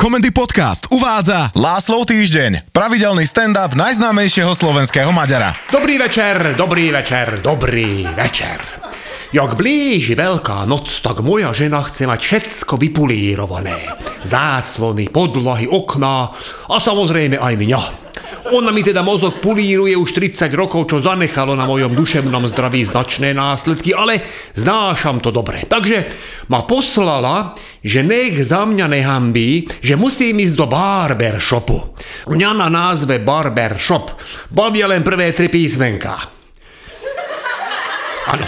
Komendy Podcast uvádza Láslov týždeň, pravidelný stand-up najznámejšieho slovenského Maďara. Dobrý večer. Jak blíži Veľká noc, tak moja žena chce mať všetko vypulírované. Záclony, podlahy, okná a samozrejme aj mňa. Ona mi teda mozog pulíruje už 30 rokov, čo zanechalo na mojom duševnom zdraví značné následky, ale znášam to dobre. Takže ma poslala, že nech za mňa nehambí, že musím ísť do barbershopu. Mňa na názve barbershop bavia len prvé 3 písmenká. Áno.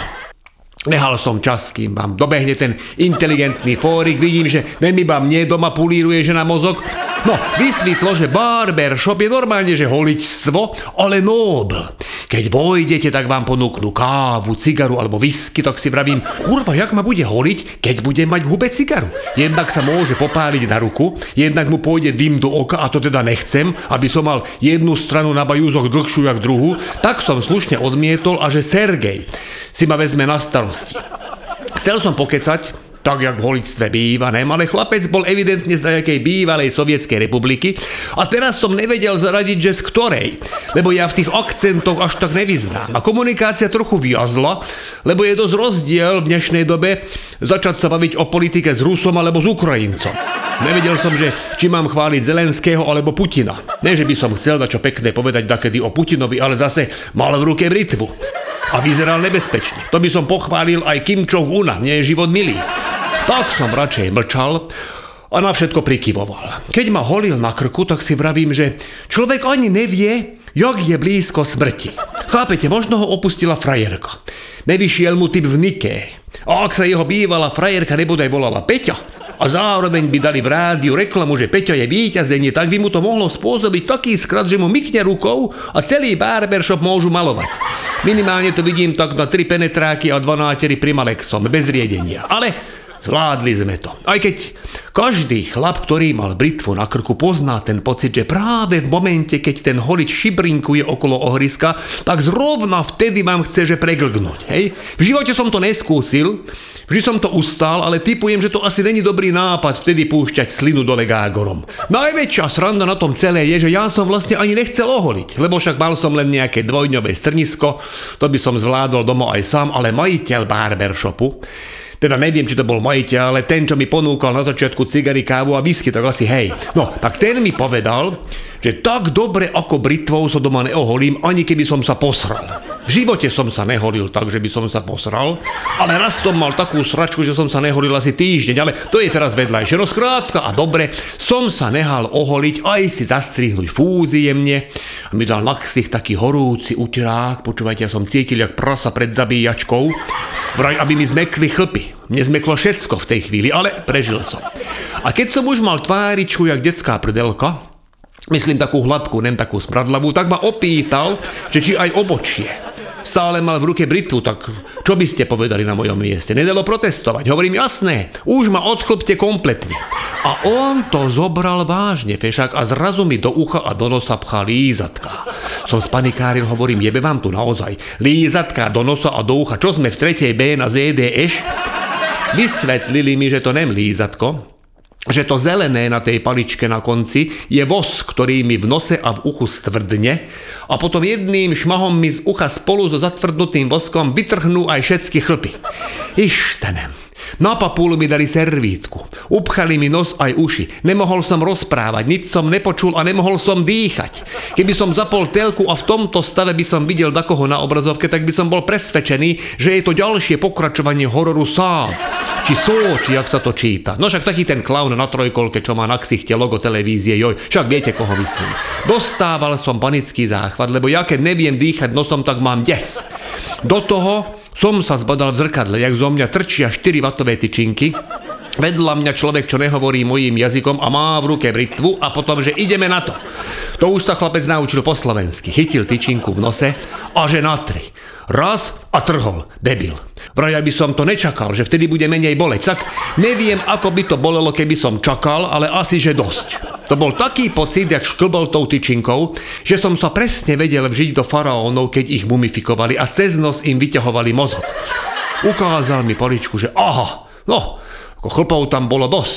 Nehal som čas, kým vám dobehne ten inteligentný fórik. Vidím, že len iba mne doma pulíruje žena mozog. No, vysvetlo, že barbershop je normálne, že holičstvo, ale nobl. Keď vojdete, tak vám ponúknú kávu, cigaru alebo whisky, tak si vravím, kurva, jak ma bude holiť, keď budem mať v hube cigaru. Jednak sa môže popáliť na ruku, jednak mu pôjde dym do oka, a to teda nechcem, aby som mal jednu stranu na bajúzoch dlhšiu jak druhú, tak som slušne odmietol a že Sergej si ma vezme na starosti. Chcel som pokecať, tak jak v holičstve býva, ale chlapec bol evidentne z nejakej bývalej sovietskej republiky a teraz som nevedel zaradiť, že z ktorej, lebo ja v tých akcentoch až tak nevyznám. A komunikácia trochu vyjazla, lebo je dosť rozdiel v dnešnej dobe začať sa baviť o politike s Rusom alebo s Ukrajincom. Nevedel som, že či mám chváliť Zelenského alebo Putina. Ne, že by som chcel dať čo pekné povedať dakedy o Putinovi, ale zase mal v ruke britvu. A vyzeral nebezpečne. To by som pochválil aj Kim Jong-una, mne je život milý. Tak som radšej mlčal a na všetko prikyvoval. Keď ma holil na krku, tak si vravím, že človek ani nevie, jak je blízko smrti. Chápete, možno ho opustila frajerka. Nevyšiel mu typ v Niké. A ak sa jeho bývalá frajerka nebodaj volala Peťa a zároveň by dali v rádiu reklamu, že Peťa je víťazenie, tak by mu to mohlo spôsobiť taký skrat, že mu mykne rukou a celý barbershop môžu malovať. Minimálne to vidím tak na 3 penetráky a 2 nátery Primalexom, bez riedenia. Ale zvládli sme to. Aj keď každý chlap, ktorý mal britvu na krku, pozná ten pocit, že práve v momente, keď ten holič šibrinkuje okolo ohriska, tak zrovna vtedy vám chce, že preglgnúť. Hej? V živote som to neskúsil, vždy som to ustál, ale tipujem, že to asi není dobrý nápad vtedy púšťať slinu dole gágorom. Najväčšia sranda na tom celé je, že ja som vlastne ani nechcel oholiť, lebo však mal som len nejaké dvojňové strnisko, to by som zvládol doma aj sám, ale majiteľ barbershopu, teda neviem, či to bol majiteľ, ale ten, čo mi ponúkal na začiatku cigary, kávu a whisky, tak asi hej. No, tak ten mi povedal, že tak dobre ako britvou sa doma neoholím, ani keby som sa posral. V živote som sa neholil tak, že by som sa posral, ale raz som mal takú sračku, že som sa neholil asi týždeň, ale to je teraz vedľajšie. No skrátka a dobre, som sa nehal oholiť, aj si zastrihnúť fúzi jemne a mi dal na ksich taký horúci uterák, počúvajte, ja som cítil jak prasa pred zabíjačkou, vraj, aby mi zmekli chlpy. Mne zmeklo všetko v tej chvíli, ale prežil som. A keď som už mal tváričku jak detská prdelka, myslím takú hladkú, nem takú smradlavú, tak ma opýtal, že či aj obočie. Stále mal v ruke britvu, tak čo by ste povedali na mojom mieste? Nedalo protestovať. Hovorím, jasné, už ma odchlpte kompletne. A on to zobral vážne, fešák, a zrazu mi do ucha a do nosa pchá lízatka. Som spanikáril, hovorím, jebe vám tu naozaj. Lízatka do nosa a do ucha, čo sme v 3. B na ZDŠ? Vysvetlili mi, že to nem lízatko, že to zelené na tej paličke na konci je vosk, ktorý mi v nose a v uchu stvrdne a potom jedným šmahom mi z ucha spolu so zatvrdnutým voskom vytrhnú aj všetky chlpy. Ištenem. Na papulu mi dali servítku. Upchali mi nos aj uši. Nemohol som rozprávať, nič som nepočul a nemohol som dýchať. Keby som zapol telku a v tomto stave by som videl dakoho na obrazovke, tak by som bol presvedčený, že je to ďalšie pokračovanie hororu Sáv. Či či jak sa to číta. No však taký ten klaun na trojkolke, čo má na ksichte logo televízie, joj, však viete, koho myslím. Dostával som panický záchvat, lebo ja keď neviem dýchať nosom, tak mám des. Do toho som sa zbadal v zrkadle, jak zo mňa trčia 4-wattové tyčinky. Vedľa mňa človek, čo nehovorí mojím jazykom a má v ruke britvu a potom, že ideme na to. To už sa chlapec naučil po slovensky. Chytil tyčinku v nose a že na 3. Raz a trhol. Debil. Vraj by som to nečakal, že vtedy bude menej boleť. Tak neviem, ako by to bolelo, keby som čakal, ale asi, že dosť. To bol taký pocit, jak šklbol tou tyčinkou, že som sa presne vedel vžiť do faraónov, keď ich mumifikovali a cez nos im vyťahovali mozog. Ukázal mi paličku, že aha, no, ako chlpov tam bolo dosť.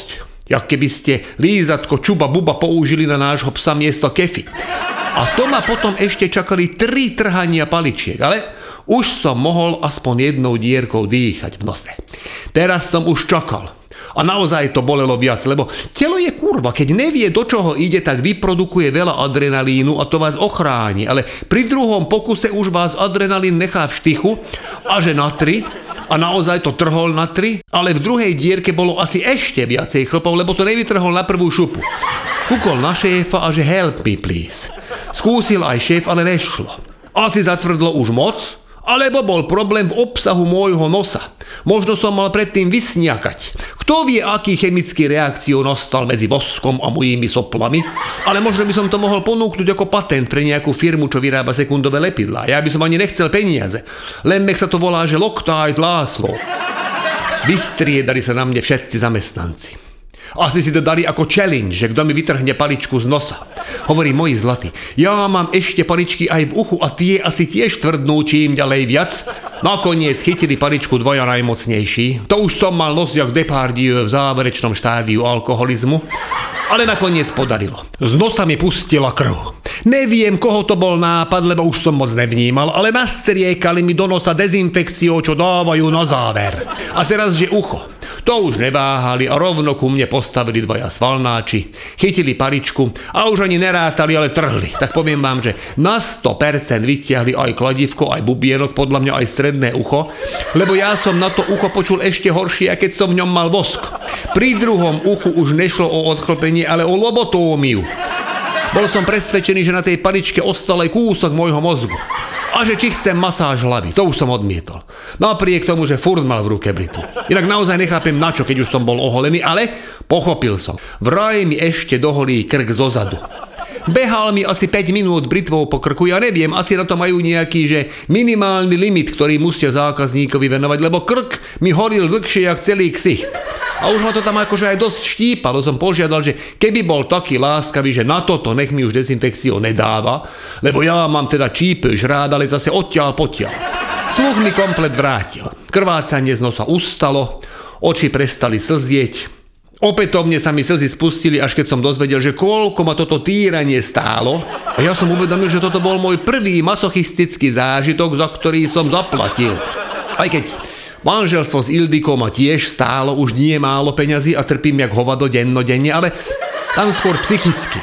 Jak keby ste lízatko Čuba Buba použili na nášho psa miesto kefy. A to ma potom ešte čakali 3 trhania paličiek, ale už som mohol aspoň jednou dierkou dýchať v nose. Teraz som už čakal. A naozaj to bolelo viac, lebo telo je kurva, keď nevie, do čoho ide, tak vyprodukuje veľa adrenalínu a to vás ochráni, ale pri druhom pokuse už vás adrenalín nechá v štychu a že na 3 a naozaj to trhol na 3, ale v druhej dierke bolo asi ešte viacej chlpov, lebo to nevytrhol na prvú šupu. Kúkol na šéfa a že help me please. Skúsil aj šéf, ale nešlo. Asi zatvrdlo už moc, alebo bol problém v obsahu môjho nosa. Možno som mal predtým vysniakať. Kto vie, aký chemický reakciu nastal medzi voskom a mojimi soplami, ale možno by som to mohol ponúknuť ako patent pre nejakú firmu, čo vyrába sekundové lepidlá. Ja by som ani nechcel peniaze. Len nech sa to volá, že Loctite László. Vystriedali sa na mne všetci zamestnanci. Asi si to dali ako challenge, že kto mi vytrhne paličku z nosa. Hovorí, moji zlatí, ja mám ešte paličky aj v uchu a tie asi tiež tvrdnú čím ďalej viac. Nakoniec chytili paličku dvoja najmocnejší. To už som mal nos jak Depardieu v záverečnom štádiu alkoholizmu. Ale nakoniec podarilo. Z nosa mi pustila krv. Neviem, koho to bol nápad, lebo už som moc nevnímal, ale nastriekali mi do nosa dezinfekciou, čo dávajú na záver. A teraz, že ucho. To už neváhali a rovno ku mne postavili dvaja svalnáči, chytili paličku a už ani nerátali, ale trhli. Tak poviem vám, že na 100% vytiahli aj kladivko, aj bubienok, podľa mňa aj stredné ucho, lebo ja som na to ucho počul ešte horšie, keď som v ňom mal vosk. Pri druhom uchu už nešlo o odchlpenie, ale o lobotómiu. Bol som presvedčený, že na tej paličke ostal aj kúsok môjho mozgu. A že či chcem masáž hlavy, to už som odmietol. Napriek tomu, že furt mal v ruke britvu. Inak naozaj nechápem na čo, keď už som bol oholený, ale pochopil som. Vraj mi ešte doholí krk zozadu. Behal mi asi 5 minút britvou po krku, ja neviem, asi na to majú nejaký, že minimálny limit, ktorý musia zákazníkovi venovať, lebo krk mi horil dlhšie jak celý ksicht. A už ma to tam akože aj dosť štípalo, som požiadal, že keby bol taký láskavý, že na toto nech mi už dezinfekciu nedáva, lebo ja mám teda čípež rád, ale zase odtiaľ potiaľ. Sluch mi komplet vrátil. Krvácanie z nosa ustalo, oči prestali slzieť. Opätovne sa mi slzy spustili, až keď som dozvedel, že koľko ma toto týranie stálo. A ja som uvedomil, že toto bol môj prvý masochistický zážitok, za ktorý som zaplatil. Aj keď manželstvo s Ildikou ma tiež stálo už nie málo peňazí a trpím jak hovado dennodenne, ale tam skôr psychicky.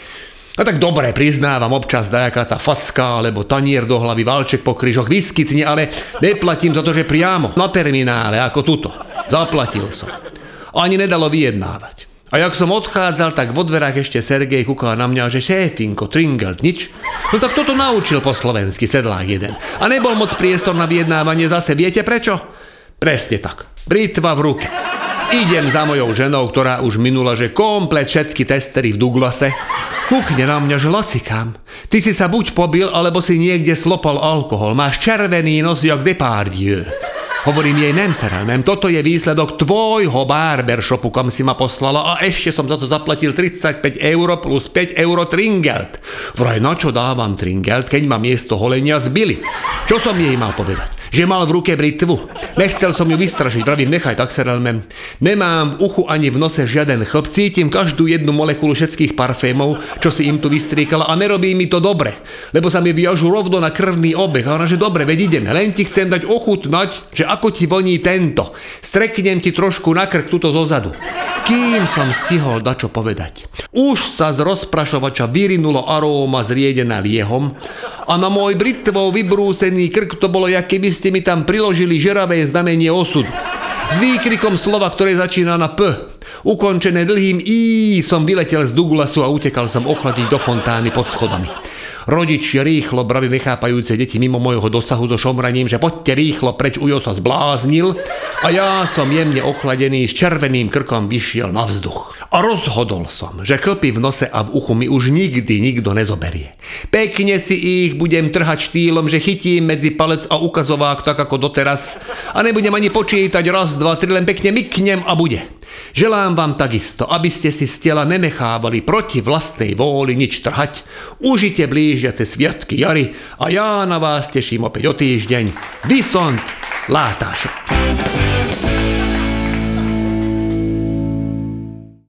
A tak dobre, priznávam, občas dajaká tá facka, alebo tanier do hlavy, valček po kryžoch vyskytne, ale neplatím za to, že priamo na terminále, ako tuto. Zaplatil som. Ani nedalo vyjednávať. A jak som odchádzal, tak vo dverách ešte Sergej kúkal na mňa, že šéfinko, tringelt, nič. No tak toto naučil po slovensky sedlák jeden. A nebol moc priestor na vyjednávanie zase. Viete prečo? Presne tak. Britva v ruke. Idem za mojou ženou, ktorá už minula, že komplet všetky testery v Douglase. Kúkne na mňa, že lacikám. Ty si sa buď pobil, alebo si niekde slopal alkohol. Máš červený nos jak Depardieu. Hovorím jej, nemserem, toto je výsledok tvojho barbershopu, kam si ma poslala a ešte som za to zaplatil 35 € plus 5 € tringelt. Vraj, na čo dávam tringelt, keď ma miesto holenia zbili? Čo som jej mal povedať? Že mal v ruke britvu. Nechcel som ju vystrašiť, pravím, nechaj tak, serelmem. Nemám v uchu ani v nose žiaden chlp, cítim každú jednu molekulu všetkých parfémov, čo si im tu vystriekala a nerobí mi to dobre, lebo sa mi viažu rovno na krvný obeh. A ona, že dobre, veď ideme, len ti chcem dať ochutnať, že ako ti voní tento. Streknem ti trošku na krk tuto zozadu. Kým som stihol dačo povedať. Už sa z rozprašovača vyrinulo aróma zriedená liehom a na môj britvou vybrúsený krk to bolo, jak keby ste mi tam priložili žeravé znamenie osudu. S výkrikom slova, ktoré začína na P, ukončené dlhým I, som vyletel z Douglasu a utekal som ochladiť do fontány pod schodami. Rodičia rýchlo brali nechápajúce deti mimo môjho dosahu so šomraním, že poďte rýchlo preč, Ujo sa zbláznil a ja som jemne ochladený s červeným krkom vyšiel na vzduch. A rozhodol som, že klpy v nose a v uchu mi už nikdy nikto nezoberie. Pekne si ich budem trhať štýlom, že chytím medzi palec a ukazovák tak ako doteraz a nebudem ani počítať raz, dva, tri, len pekne myknem a bude. Želám vám takisto, aby ste si z tela nenechávali proti vlastnej vôli nič trhať. Užite blížiace sviatky jary a ja na vás teším opäť o týždeň. Visont Látášo.